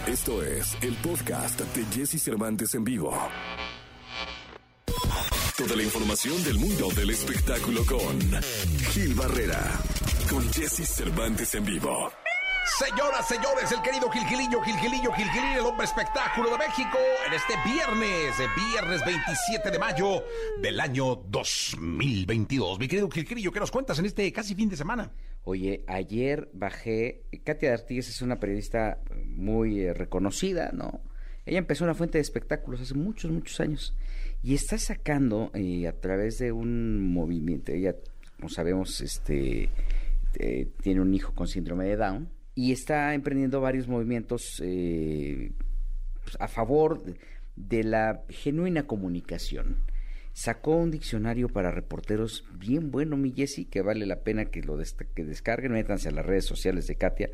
Esto es el podcast de Jesse Cervantes en vivo. Toda la información del mundo del espectáculo con Gil Barrera, con Jesse Cervantes en vivo. Señoras, señores, el querido Gilgilillo, el hombre espectáculo de México, en este viernes 27 de mayo del año 2022. Mi querido Gilgilillo, ¿qué nos cuentas en este casi fin de semana? Oye, ayer bajé, Katia de Artigues es una periodista muy reconocida, ¿no? Ella empezó una fuente de espectáculos hace muchos, muchos años y está sacando a través de un movimiento, ella, como sabemos, tiene un hijo con síndrome de Down y está emprendiendo varios movimientos a favor de la genuina comunicación. Sacó un diccionario para reporteros bien bueno, mi Jessy, que vale la pena que lo que descarguen, métanse a las redes sociales de Katia,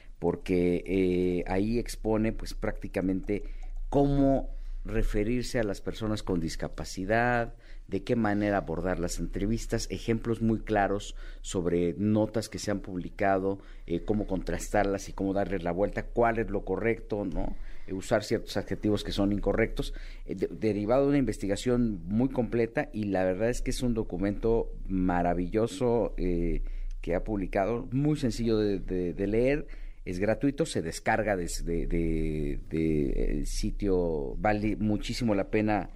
porque ahí expone pues prácticamente cómo referirse a las personas con discapacidad, de qué manera abordar las entrevistas, ejemplos muy claros sobre notas que se han publicado, cómo contrastarlas y cómo darles la vuelta, cuál es lo correcto, ¿no? Usar ciertos adjetivos que son incorrectos, derivado de una investigación muy completa, y la verdad es que es un documento maravilloso que ha publicado, muy sencillo de leer. Es gratuito, se descarga de el sitio, vale muchísimo la pena.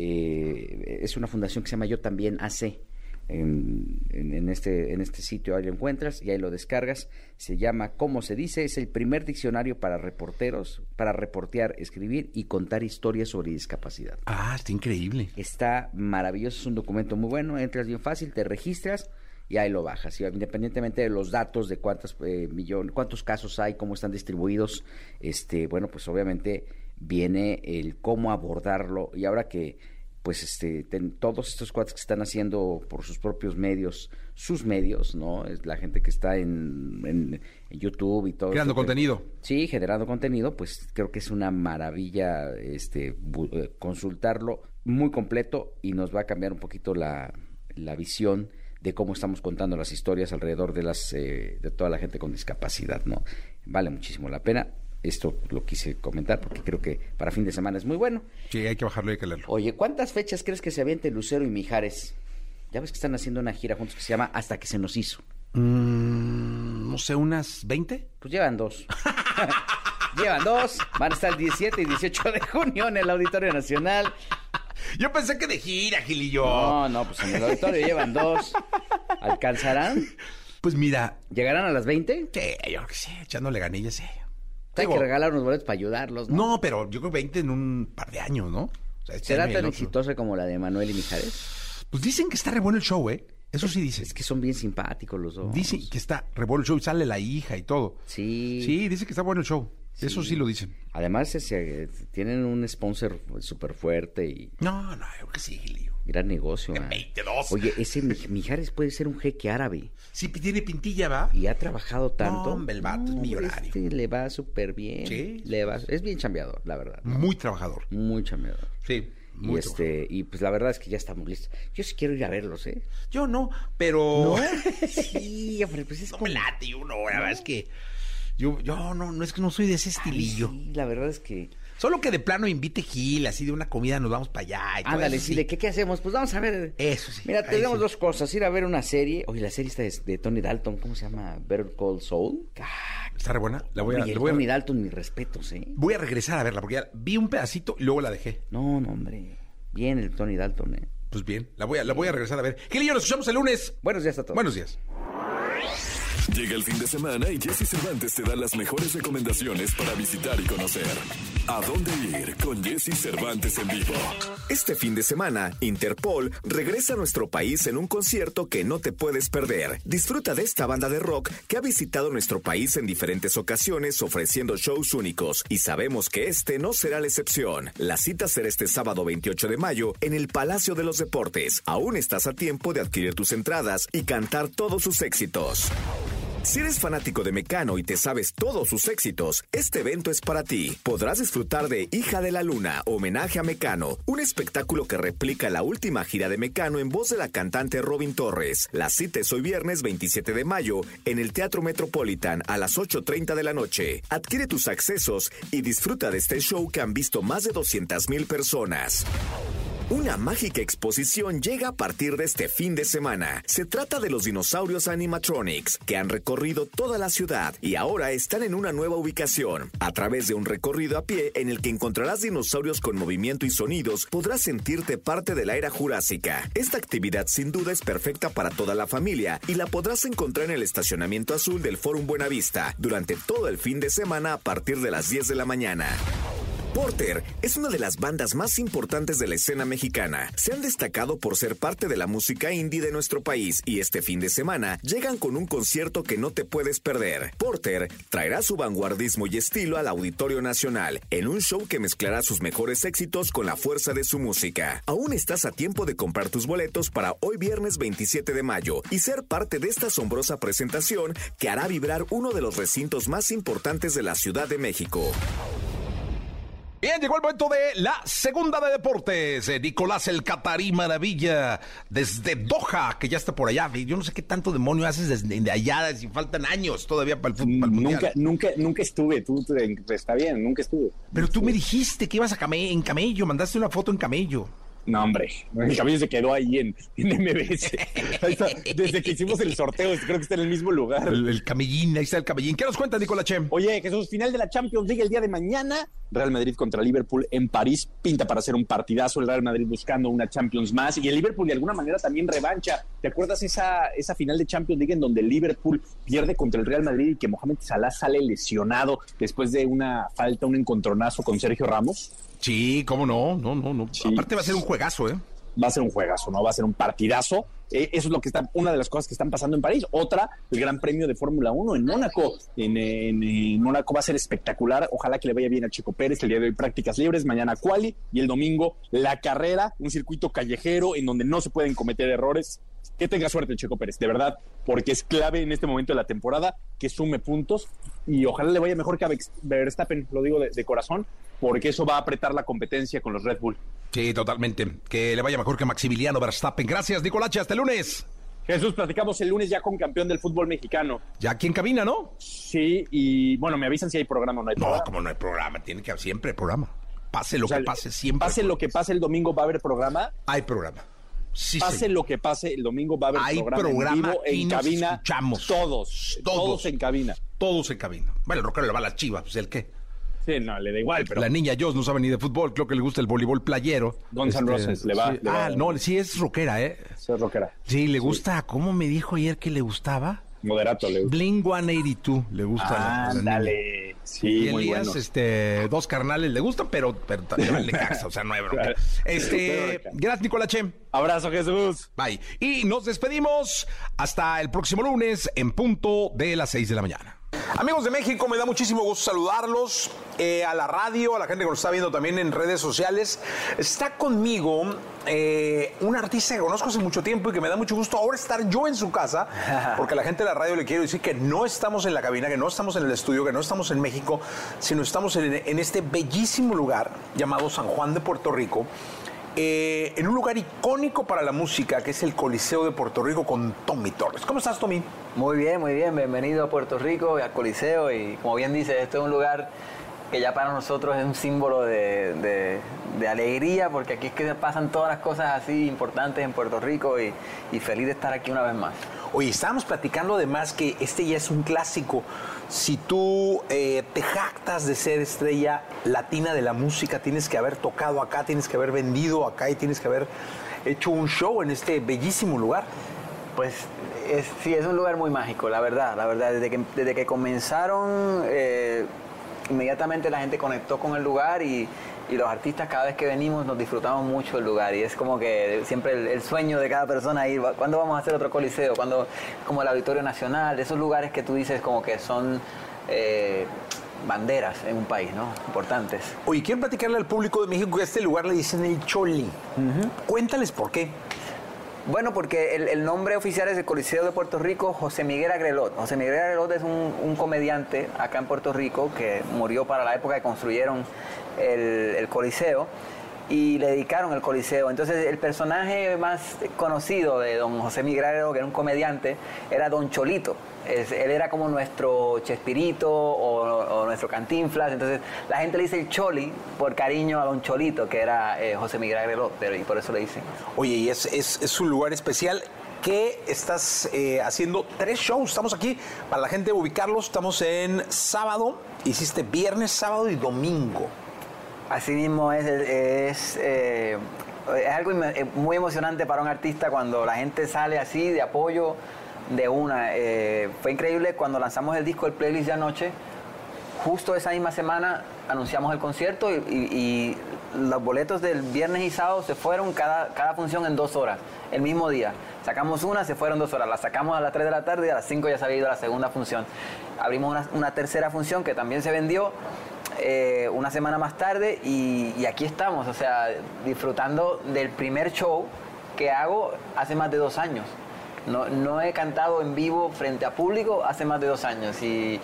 Es una fundación que se llama Yo También AC. En este sitio ahí lo encuentras y ahí lo descargas. Se llama ¿Cómo se dice? Es el primer diccionario para reporteros, para reportear, escribir y contar historias sobre discapacidad. Ah, está increíble. Está maravilloso, es un documento muy bueno. Entras bien fácil, te registras y ahí lo bajas, independientemente de los datos de cuántos casos hay, cómo están distribuidos, bueno, pues obviamente viene el cómo abordarlo, y ahora que pues todos estos cuates que están haciendo por sus propios medios, sus medios, ¿no? Es la gente que está en YouTube y todo. Creando contenido. Sí, generando contenido, pues creo que es una maravilla consultarlo, muy completo, y nos va a cambiar un poquito la visión de cómo estamos contando las historias alrededor de toda la gente con discapacidad, ¿no? Vale muchísimo la pena. Esto lo quise comentar porque creo que para fin de semana es muy bueno. Sí, hay que bajarlo, hay que leerlo. Oye, ¿cuántas fechas crees que se avienten Lucero y Mijares? Ya ves que están haciendo una gira juntos que se llama Hasta que se nos hizo. No sé, ¿unas 20? Pues llevan 2. Llevan 2. Van a estar el 17 y 18 de junio en el Auditorio Nacional. Yo pensé que de gira, Gilillo. No, pues en el auditorio llevan 2. ¿Alcanzarán? Pues mira. ¿Llegarán a las 20? Sí, yo creo que sí, echándole ganillas, sí. Hay que regalar unos boletos para ayudarlos, ¿no? No, pero yo creo 20 en un par de años, ¿no? O sea, ¿será tan exitosa como la de Manuel y Mijares? Pues dicen que está re bueno el show, ¿eh? Eso sí dicen. Es que son bien simpáticos los dos. Dicen que está re bueno el show y sale la hija y todo. Sí. Sí, dicen que está bueno el show. Sí. Eso sí lo dicen. Además, tienen un sponsor súper fuerte y... No, yo creo que sí, Gilillo. Gran negocio, ¿eh? 22. Oye, ese Mijares puede ser un jeque árabe. Sí, tiene pintilla, ¿va? Y ha trabajado tanto. No, hombre, el vato es millonario. Le va súper bien. Sí. Es bien chambeador, la verdad, ¿no? Muy trabajador. Muy chambeador. Sí. Muy y pues la verdad es que ya estamos listos. Yo sí quiero ir a verlos, ¿eh? Yo no, pero... ¿No? Sí, hombre, pues es no como... me late uno, la verdad es que... Yo no, es que no soy de ese estilillo. Sí, la verdad es que... Solo que de plano invite Gil, así de una comida nos vamos para allá. Y ándale, sí, ¿de qué hacemos? Pues vamos a ver. Eso sí. Mira, tenemos dos cosas. Ir a ver una serie. Oye, la serie esta es de Tony Dalton. ¿Cómo se llama? Better Call Saul. ¿Está re buena? Tony Dalton, mis respetos, ¿eh? Voy a regresar a verla, porque ya vi un pedacito y luego la dejé. No, hombre. Bien el Tony Dalton, ¿eh? Pues bien, la voy a regresar a ver. Gil y yo nos escuchamos el lunes. Buenos días a todos. Buenos días. Llega el fin de semana y Jesse Cervantes te da las mejores recomendaciones para visitar y conocer. ¿A dónde ir con Jesse Cervantes en vivo? Este fin de semana, Interpol regresa a nuestro país en un concierto que no te puedes perder. Disfruta de esta banda de rock que ha visitado nuestro país en diferentes ocasiones ofreciendo shows únicos, y sabemos que este no será la excepción. La cita será este sábado 28 de mayo en el Palacio de los Deportes. Aún estás a tiempo de adquirir tus entradas y cantar todos sus éxitos. Si eres fanático de Mecano y te sabes todos sus éxitos, este evento es para ti. Podrás disfrutar de Hija de la Luna, homenaje a Mecano, un espectáculo que replica la última gira de Mecano en voz de la cantante Robin Torres. La cita es hoy viernes 27 de mayo en el Teatro Metropolitan a las 8:30 de la noche. Adquiere tus accesos y disfruta de este show que han visto más de 200,000 personas. Una mágica exposición llega a partir de este fin de semana. Se trata de los dinosaurios animatronics, que han recorrido toda la ciudad y ahora están en una nueva ubicación. A través de un recorrido a pie en el que encontrarás dinosaurios con movimiento y sonidos, podrás sentirte parte de la era jurásica. Esta actividad sin duda es perfecta para toda la familia y la podrás encontrar en el estacionamiento azul del Fórum Buenavista durante todo el fin de semana a partir de las 10 de la mañana. Porter es una de las bandas más importantes de la escena mexicana. Se han destacado por ser parte de la música indie de nuestro país y este fin de semana llegan con un concierto que no te puedes perder. Porter traerá su vanguardismo y estilo al Auditorio Nacional en un show que mezclará sus mejores éxitos con la fuerza de su música. Aún estás a tiempo de comprar tus boletos para hoy viernes 27 de mayo y ser parte de esta asombrosa presentación que hará vibrar uno de los recintos más importantes de la Ciudad de México. Bien, llegó el momento de la segunda de deportes. Nicolás el Catarí Maravilla, desde Doha, que ya está por allá. Yo no sé qué tanto demonio haces desde allá, si faltan años todavía para el fútbol mundial. Nunca estuve, tú está bien, nunca estuve. Pero tú me dijiste que ibas en camello, mandaste una foto en camello. No, hombre, el camello se quedó ahí en MBS. Ahí está, desde que hicimos el sorteo, creo que está en el mismo lugar. El camellín, ahí está el camellín. ¿Qué nos cuenta, Nicolás Chem? Oye, Jesús, final de la Champions League el día de mañana. Real Madrid contra Liverpool en París. Pinta para hacer un partidazo. El Real Madrid buscando una Champions más. Y el Liverpool de alguna manera también revancha. ¿Te acuerdas esa final de Champions League en donde el Liverpool pierde contra el Real Madrid y que Mohamed Salah sale lesionado después de una falta, un encontronazo con Sergio Ramos? Sí, cómo no. Sí. Aparte va a ser un juegazo, ¿eh? Va a ser un juegazo, ¿no? Va a ser un partidazo. Eso es lo que está, una de las cosas que están pasando en París. Otra, el Gran Premio de Fórmula 1 en Mónaco. En Mónaco va a ser espectacular. Ojalá que le vaya bien a Checo Pérez. El día de hoy prácticas libres, mañana quali y el domingo la carrera, un circuito callejero en donde no se pueden cometer errores. Que tenga suerte el Checo Pérez, de verdad, porque es clave en este momento de la temporada que sume puntos y ojalá le vaya mejor que a Verstappen, lo digo de corazón, porque eso va a apretar la competencia con los Red Bull. Sí, totalmente. Que le vaya mejor que Maximiliano Verstappen. Gracias, Nicolache. Hasta el lunes. Jesús, platicamos el lunes ya con campeón del fútbol mexicano. Ya aquí en cabina, ¿no? Sí, y bueno, me avisan si hay programa o no hay programa. No, como no hay programa, tiene que haber siempre programa. Pase lo que pase, siempre. Pase lo que pase, el domingo va a haber programa. Hay programa. Sí, pase lo que pase, el domingo va a haber programa en vivo, en cabina. Escuchamos. Todos en cabina. Todos en cabina. Bueno, el rockero le va a las Chivas, pues ¿el qué? Sí, no, le da igual, pero... La niña Joss no sabe ni de fútbol, creo que le gusta el voleibol playero. Guns N' Roses, le va... No, sí es rockera, ¿eh? Sí, es rockera. Sí, le gusta, ¿cómo me dijo ayer que le gustaba? Moderato le gusta. Blink-182 le gusta. Ándale. Sí, y muy Elías, bueno. dos carnales le gustan, pero también le caxa, o sea, no hay bronca. Gracias, Nicolache. Abrazo, Jesús. Bye. Y nos despedimos hasta el próximo lunes en punto de las 6 de la mañana. Amigos de México, me da muchísimo gusto saludarlos, a la radio, a la gente que nos está viendo también en redes sociales. Está conmigo un artista que conozco hace mucho tiempo y que me da mucho gusto ahora estar yo en su casa, porque a la gente de la radio le quiero decir que no estamos en la cabina, que no estamos en el estudio, que no estamos en México, sino estamos en este bellísimo lugar llamado San Juan de Puerto Rico, en un lugar icónico para la música, que es el Coliseo de Puerto Rico con Tommy Torres. ¿Cómo estás, Tommy? Muy bien, bienvenido a Puerto Rico y al Coliseo, y como bien dices, esto es un lugar que ya para nosotros es un símbolo de alegría, porque aquí es que pasan todas las cosas así importantes en Puerto Rico y feliz de estar aquí una vez más. Oye, estábamos platicando además que este ya es un clásico. Si tú te jactas de ser estrella latina de la música, tienes que haber tocado acá, tienes que haber vendido acá y tienes que haber hecho un show en este bellísimo lugar. Pues sí, es un lugar muy mágico, la verdad. Desde que comenzaron, inmediatamente la gente conectó con el lugar y los artistas cada vez que venimos nos disfrutamos mucho del lugar, y es como que siempre el sueño de cada persona ir, ¿cuándo vamos a hacer otro coliseo? ¿Cuándo? Como el Auditorio Nacional, esos lugares que tú dices como que son banderas en un país, ¿no? Importantes. Oye, quiero platicarle al público de México que a este lugar le dicen el Choli. Cuéntales por qué. Bueno, porque el nombre oficial es el Coliseo de Puerto Rico José Miguel Agrelot. José Miguel Agrelot es un comediante acá en Puerto Rico que murió para la época que construyeron el Coliseo y le dedicaron el Coliseo. Entonces el personaje más conocido de don José Miguel Agrelot, que era un comediante, era don Cholito. Él era como nuestro Chespirito o nuestro Cantinflas. Entonces la gente le dice el Choli por cariño a don Cholito, que era José Miguel Agrelot, y por eso le dicen. Oye, y es un lugar especial. ¿Qué estás haciendo? 3 shows. Estamos aquí para la gente ubicarlos. Estamos en sábado. Hiciste viernes, sábado y domingo. Así mismo es algo muy emocionante para un artista cuando la gente sale así de apoyo de una. Fue increíble cuando lanzamos el disco, el playlist de anoche. Justo esa misma semana anunciamos el concierto y los boletos del viernes y sábado se fueron cada función en 2 horas, el mismo día. Sacamos una, se fueron 2 horas, la sacamos a las 3 de la tarde y a las 5 ya se había ido la segunda función. Abrimos una tercera función que también se vendió una semana más tarde y aquí estamos, o sea, disfrutando del primer show que hago hace más de 2 años. No he cantado en vivo frente a público hace más de 2 años y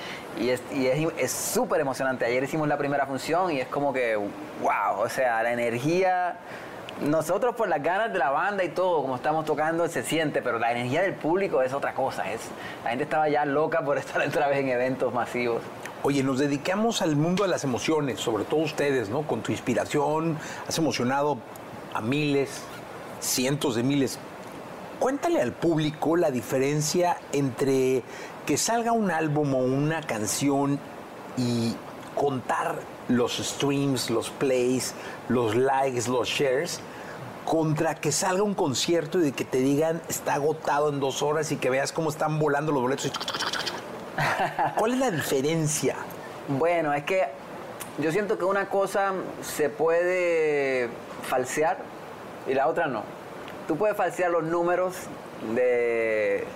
es súper emocionante. Ayer hicimos la primera función y es como que, wow, o sea, la energía, nosotros por las ganas de la banda y todo, como estamos tocando, se siente, pero la energía del público es otra cosa. La gente estaba ya loca por estar otra vez en eventos masivos. Oye, nos dedicamos al mundo de las emociones, sobre todo ustedes, ¿no? Con tu inspiración, has emocionado a miles, cientos de miles. Cuéntale al público la diferencia entre que salga un álbum o una canción y contar los streams, los plays, los likes, los shares, contra que salga un concierto y de que te digan está agotado en 2 horas y que veas cómo están volando los boletos. ¿Cuál es la diferencia? Bueno, es que yo siento que una cosa se puede falsear y la otra no. Tú puedes falsear los números de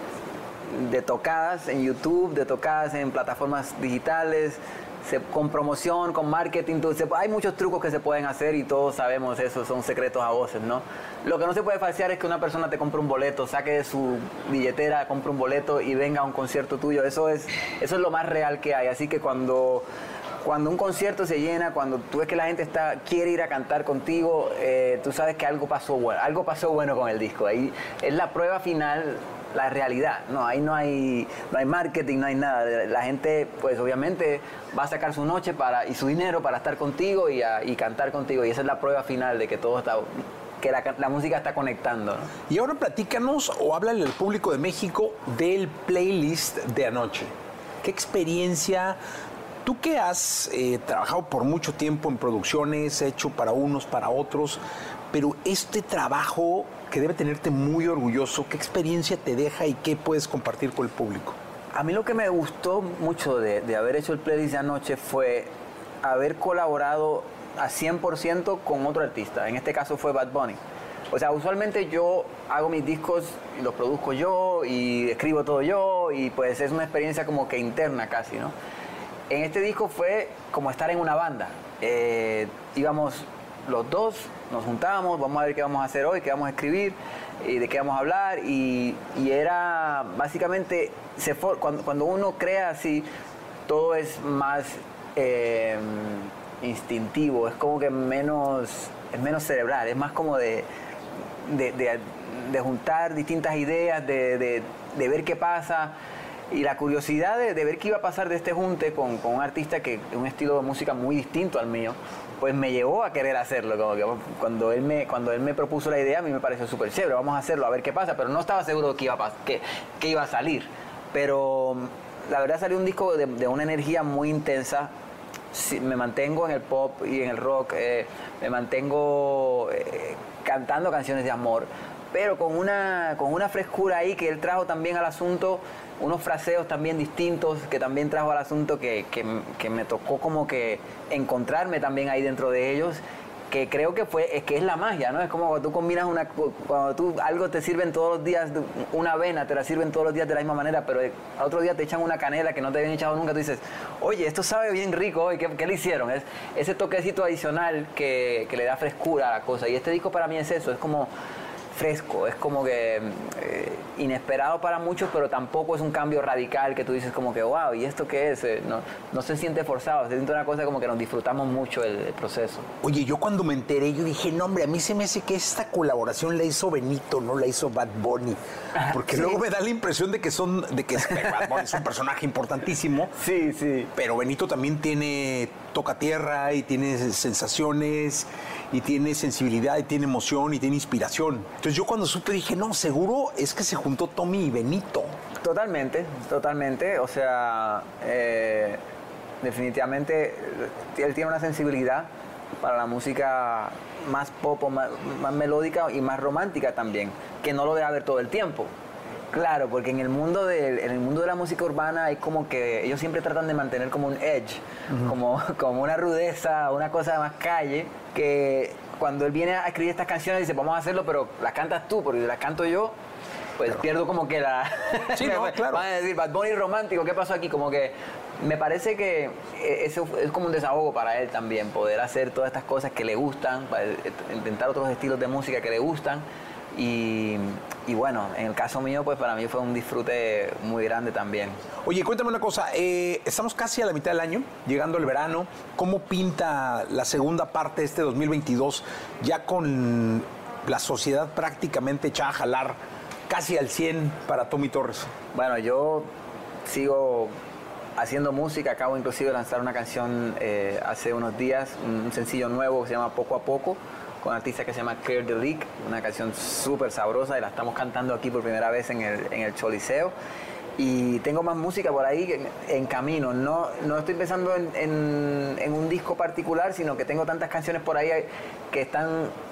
tocadas en YouTube, de tocadas en plataformas digitales, con promoción, con marketing. Hay muchos trucos que se pueden hacer y todos sabemos eso, son secretos a voces, ¿no? Lo que no se puede falsear es que una persona te compre un boleto, saque de su billetera, compre un boleto y venga a un concierto tuyo. Eso es lo más real que hay. Así que cuando un concierto se llena, cuando tú ves que la gente quiere ir a cantar contigo, tú sabes que algo pasó bueno con el disco. Ahí es la prueba final, la realidad. No, ahí no hay marketing, no hay nada. La gente, pues obviamente, va a sacar su noche y su dinero para estar contigo y cantar contigo. Y esa es la prueba final de que todo está, que la música está conectando, ¿no? Y ahora platícanos o háblale al público de México del playlist de anoche. ¿Qué experiencia? Tú que has trabajado por mucho tiempo en producciones, hecho para unos, para otros, pero este trabajo que debe tenerte muy orgulloso, ¿qué experiencia te deja y qué puedes compartir con el público? A mí lo que me gustó mucho de haber hecho el playlist de anoche fue haber colaborado a 100% con otro artista. En este caso fue Bad Bunny. O sea, usualmente yo hago mis discos y los produzco yo y escribo todo yo y pues es una experiencia como que interna casi, ¿no? En este disco fue como estar en una banda. Íbamos los dos, nos juntábamos, vamos a ver qué vamos a hacer hoy, qué vamos a escribir, y de qué vamos a hablar. Y era básicamente, cuando uno crea así, todo es más instintivo, es como que es menos cerebral, es más como de juntar distintas ideas, de ver qué pasa. Y la curiosidad de ver qué iba a pasar de este junte con un artista que un estilo de música muy distinto al mío, pues me llevó a querer hacerlo. Como que cuando él me propuso la idea, a mí me pareció súper chévere, vamos a hacerlo, a ver qué pasa, pero no estaba seguro que iba a salir. Pero la verdad salió un disco de una energía muy intensa. Sí, me mantengo en el pop y en el rock, me mantengo cantando canciones de amor, pero con una frescura ahí que él trajo también al asunto, unos fraseos también distintos que también trajo al asunto que me tocó como que encontrarme también ahí dentro de ellos, que creo que es la magia, ¿no? Es como cuando tú combinas algo te sirven todos los días, una avena te la sirven todos los días de la misma manera, pero al otro día te echan una canela que no te habían echado nunca, tú dices, oye, esto sabe bien rico, ¿qué le hicieron? Es ese toquecito adicional que le da frescura a la cosa, y este disco para mí es eso, es como fresco, es como que inesperado para muchos, pero tampoco es un cambio radical que tú dices como que, wow, ¿y esto qué es? No se siente forzado, se siente una cosa como que nos disfrutamos mucho el proceso. Oye, yo cuando me enteré, yo dije, no, hombre, a mí se me hace que esta colaboración la hizo Benito, no la hizo Bad Bunny. Porque Sí. luego me da la impresión de que Bad Bunny es un personaje importantísimo. Sí, sí. Pero Benito también toca tierra y tiene sensaciones y tiene sensibilidad y tiene emoción y tiene inspiración. Entonces yo cuando supe dije, no, seguro es que se juntó Tommy y Benito. Totalmente, totalmente. O sea, definitivamente él tiene una sensibilidad para la música más pop, más melódica y más romántica también, que no lo debe haber todo el tiempo. Claro, porque en el mundo de la música urbana hay como que ellos siempre tratan de mantener como un edge, como una rudeza, una cosa más calle, que cuando él viene a escribir estas canciones dice, vamos a hacerlo, pero las cantas tú, porque si las canto yo, pues pierdo como que la... Sí, no, claro. Van a decir, Bad Bunny romántico, ¿qué pasó aquí? Como que me parece que eso es como un desahogo para él también, poder hacer todas estas cosas que le gustan, intentar otros estilos de música que le gustan. Y bueno, en el caso mío, pues para mí fue un disfrute muy grande también. Oye, cuéntame una cosa, estamos casi a la mitad del año, llegando el verano. ¿Cómo pinta la segunda parte de este 2022, ya con la sociedad prácticamente echada a jalar casi al 100 para Tommy Torres? Bueno, yo sigo haciendo música, acabo inclusive de lanzar una canción hace unos días, un sencillo nuevo que se llama Poco a Poco, con un artista que se llama Clear the Leak, una canción súper sabrosa y la estamos cantando aquí por primera vez en el Choliseo. Y tengo más música por ahí en camino. No estoy pensando en un disco particular, sino que tengo tantas canciones por ahí que están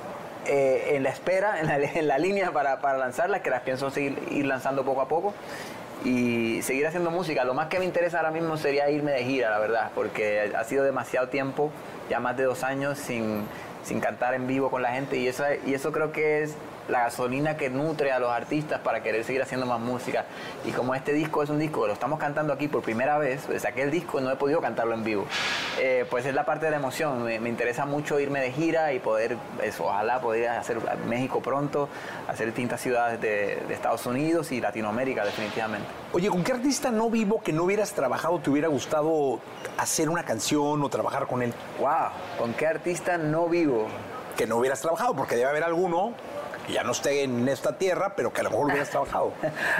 en la espera, en la línea para lanzarlas, que las pienso ir lanzando poco a poco y seguir haciendo música. Lo más que me interesa ahora mismo sería irme de gira, la verdad, porque ha sido demasiado tiempo, ya más de 2 años sin cantar en vivo con la gente, y eso creo que es la gasolina que nutre a los artistas para querer seguir haciendo más música. Y como este disco es un disco que lo estamos cantando aquí por primera vez, pues saqué el disco y no he podido cantarlo en vivo, pues es la parte de la emoción. Me interesa mucho irme de gira y poder, ojalá poder hacer México pronto, hacer distintas ciudades de Estados Unidos y Latinoamérica definitivamente. Oye, ¿con qué artista no vivo que no hubieras trabajado te hubiera gustado hacer una canción o trabajar con él? Wow, ¿con qué artista no vivo? Que no hubieras trabajado, porque debe haber alguno que ya no esté en esta tierra, pero que a lo mejor hubieras trabajado.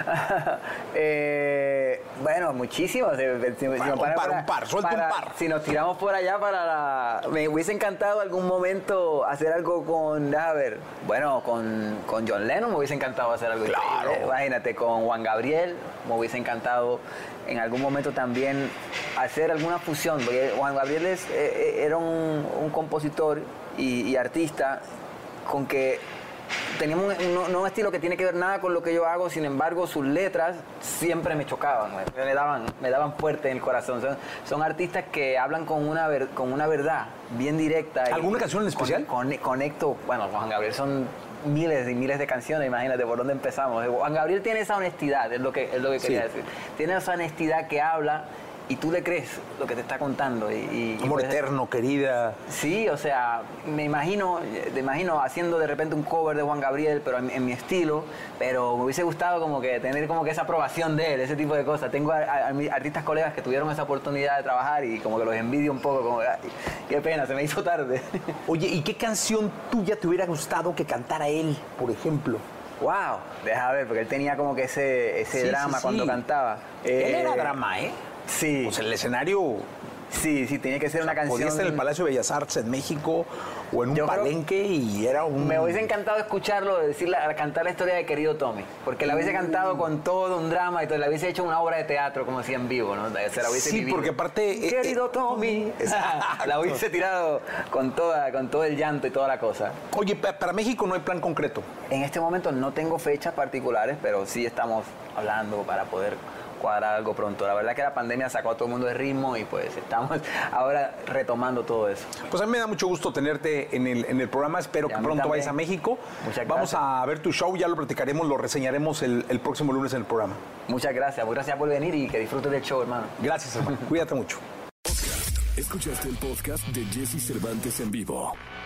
Bueno, muchísimos. Un par, suelta un par. Si nos tiramos por allá me hubiese encantado algún momento hacer algo con John Lennon, me hubiese encantado hacer algo. Claro. Imagínate, con Juan Gabriel, me hubiese encantado en algún momento también hacer alguna fusión, porque Juan Gabriel era un compositor y artista con que teníamos un estilo que tiene que ver nada con lo que yo hago, sin embargo sus letras siempre me chocaban, me daban fuerte en el corazón. Son artistas que hablan con una verdad bien directa. ¿Alguna canción en especial? Conecto, bueno, Juan Gabriel son miles y miles de canciones, imagínate por dónde empezamos. Juan Gabriel tiene esa honestidad, es lo que quería decir. Tiene esa honestidad que habla y tú le crees lo que te está contando. Amor eterno, querida. Sí, o sea, me imagino haciendo de repente un cover de Juan Gabriel, pero en mi estilo, pero me hubiese gustado como que tener como que esa aprobación de él, ese tipo de cosas. Tengo artistas colegas que tuvieron esa oportunidad de trabajar y como que los envidio un poco, como, ay, qué pena, se me hizo tarde. Oye, ¿y qué canción tuya te hubiera gustado que cantara él, por ejemplo? Wow, deja ver, porque él tenía como que ese drama cuando cantaba. Él era drama, ¿eh? Sí. Pues el escenario... Sí, tenía que ser una canción... Podía estar en el Palacio de Bellas Artes en México o en un palenque y era un... Me hubiese encantado escucharlo, cantar la historia de Querido Tommy, porque la hubiese cantado con todo un drama y todo, la hubiese hecho una obra de teatro como si en vivo, ¿no? Se la hubiese vivido. Porque aparte... Querido Tommy. La hubiese tirado con todo el llanto y toda la cosa. Oye, para México no hay plan concreto. En este momento no tengo fechas particulares, pero sí estamos hablando para poder cuadrar algo pronto. La verdad que la pandemia sacó a todo el mundo de ritmo y pues estamos ahora retomando todo eso. Pues a mí me da mucho gusto tenerte en el programa. Espero que pronto vayas a México. Muchas gracias. Vamos a ver tu show, ya lo platicaremos, lo reseñaremos el próximo lunes en el programa. Muchas gracias por venir y que disfrutes del show, hermano. Gracias, hermano. Cuídate mucho. Escuchaste el podcast de Jesse Cervantes en vivo.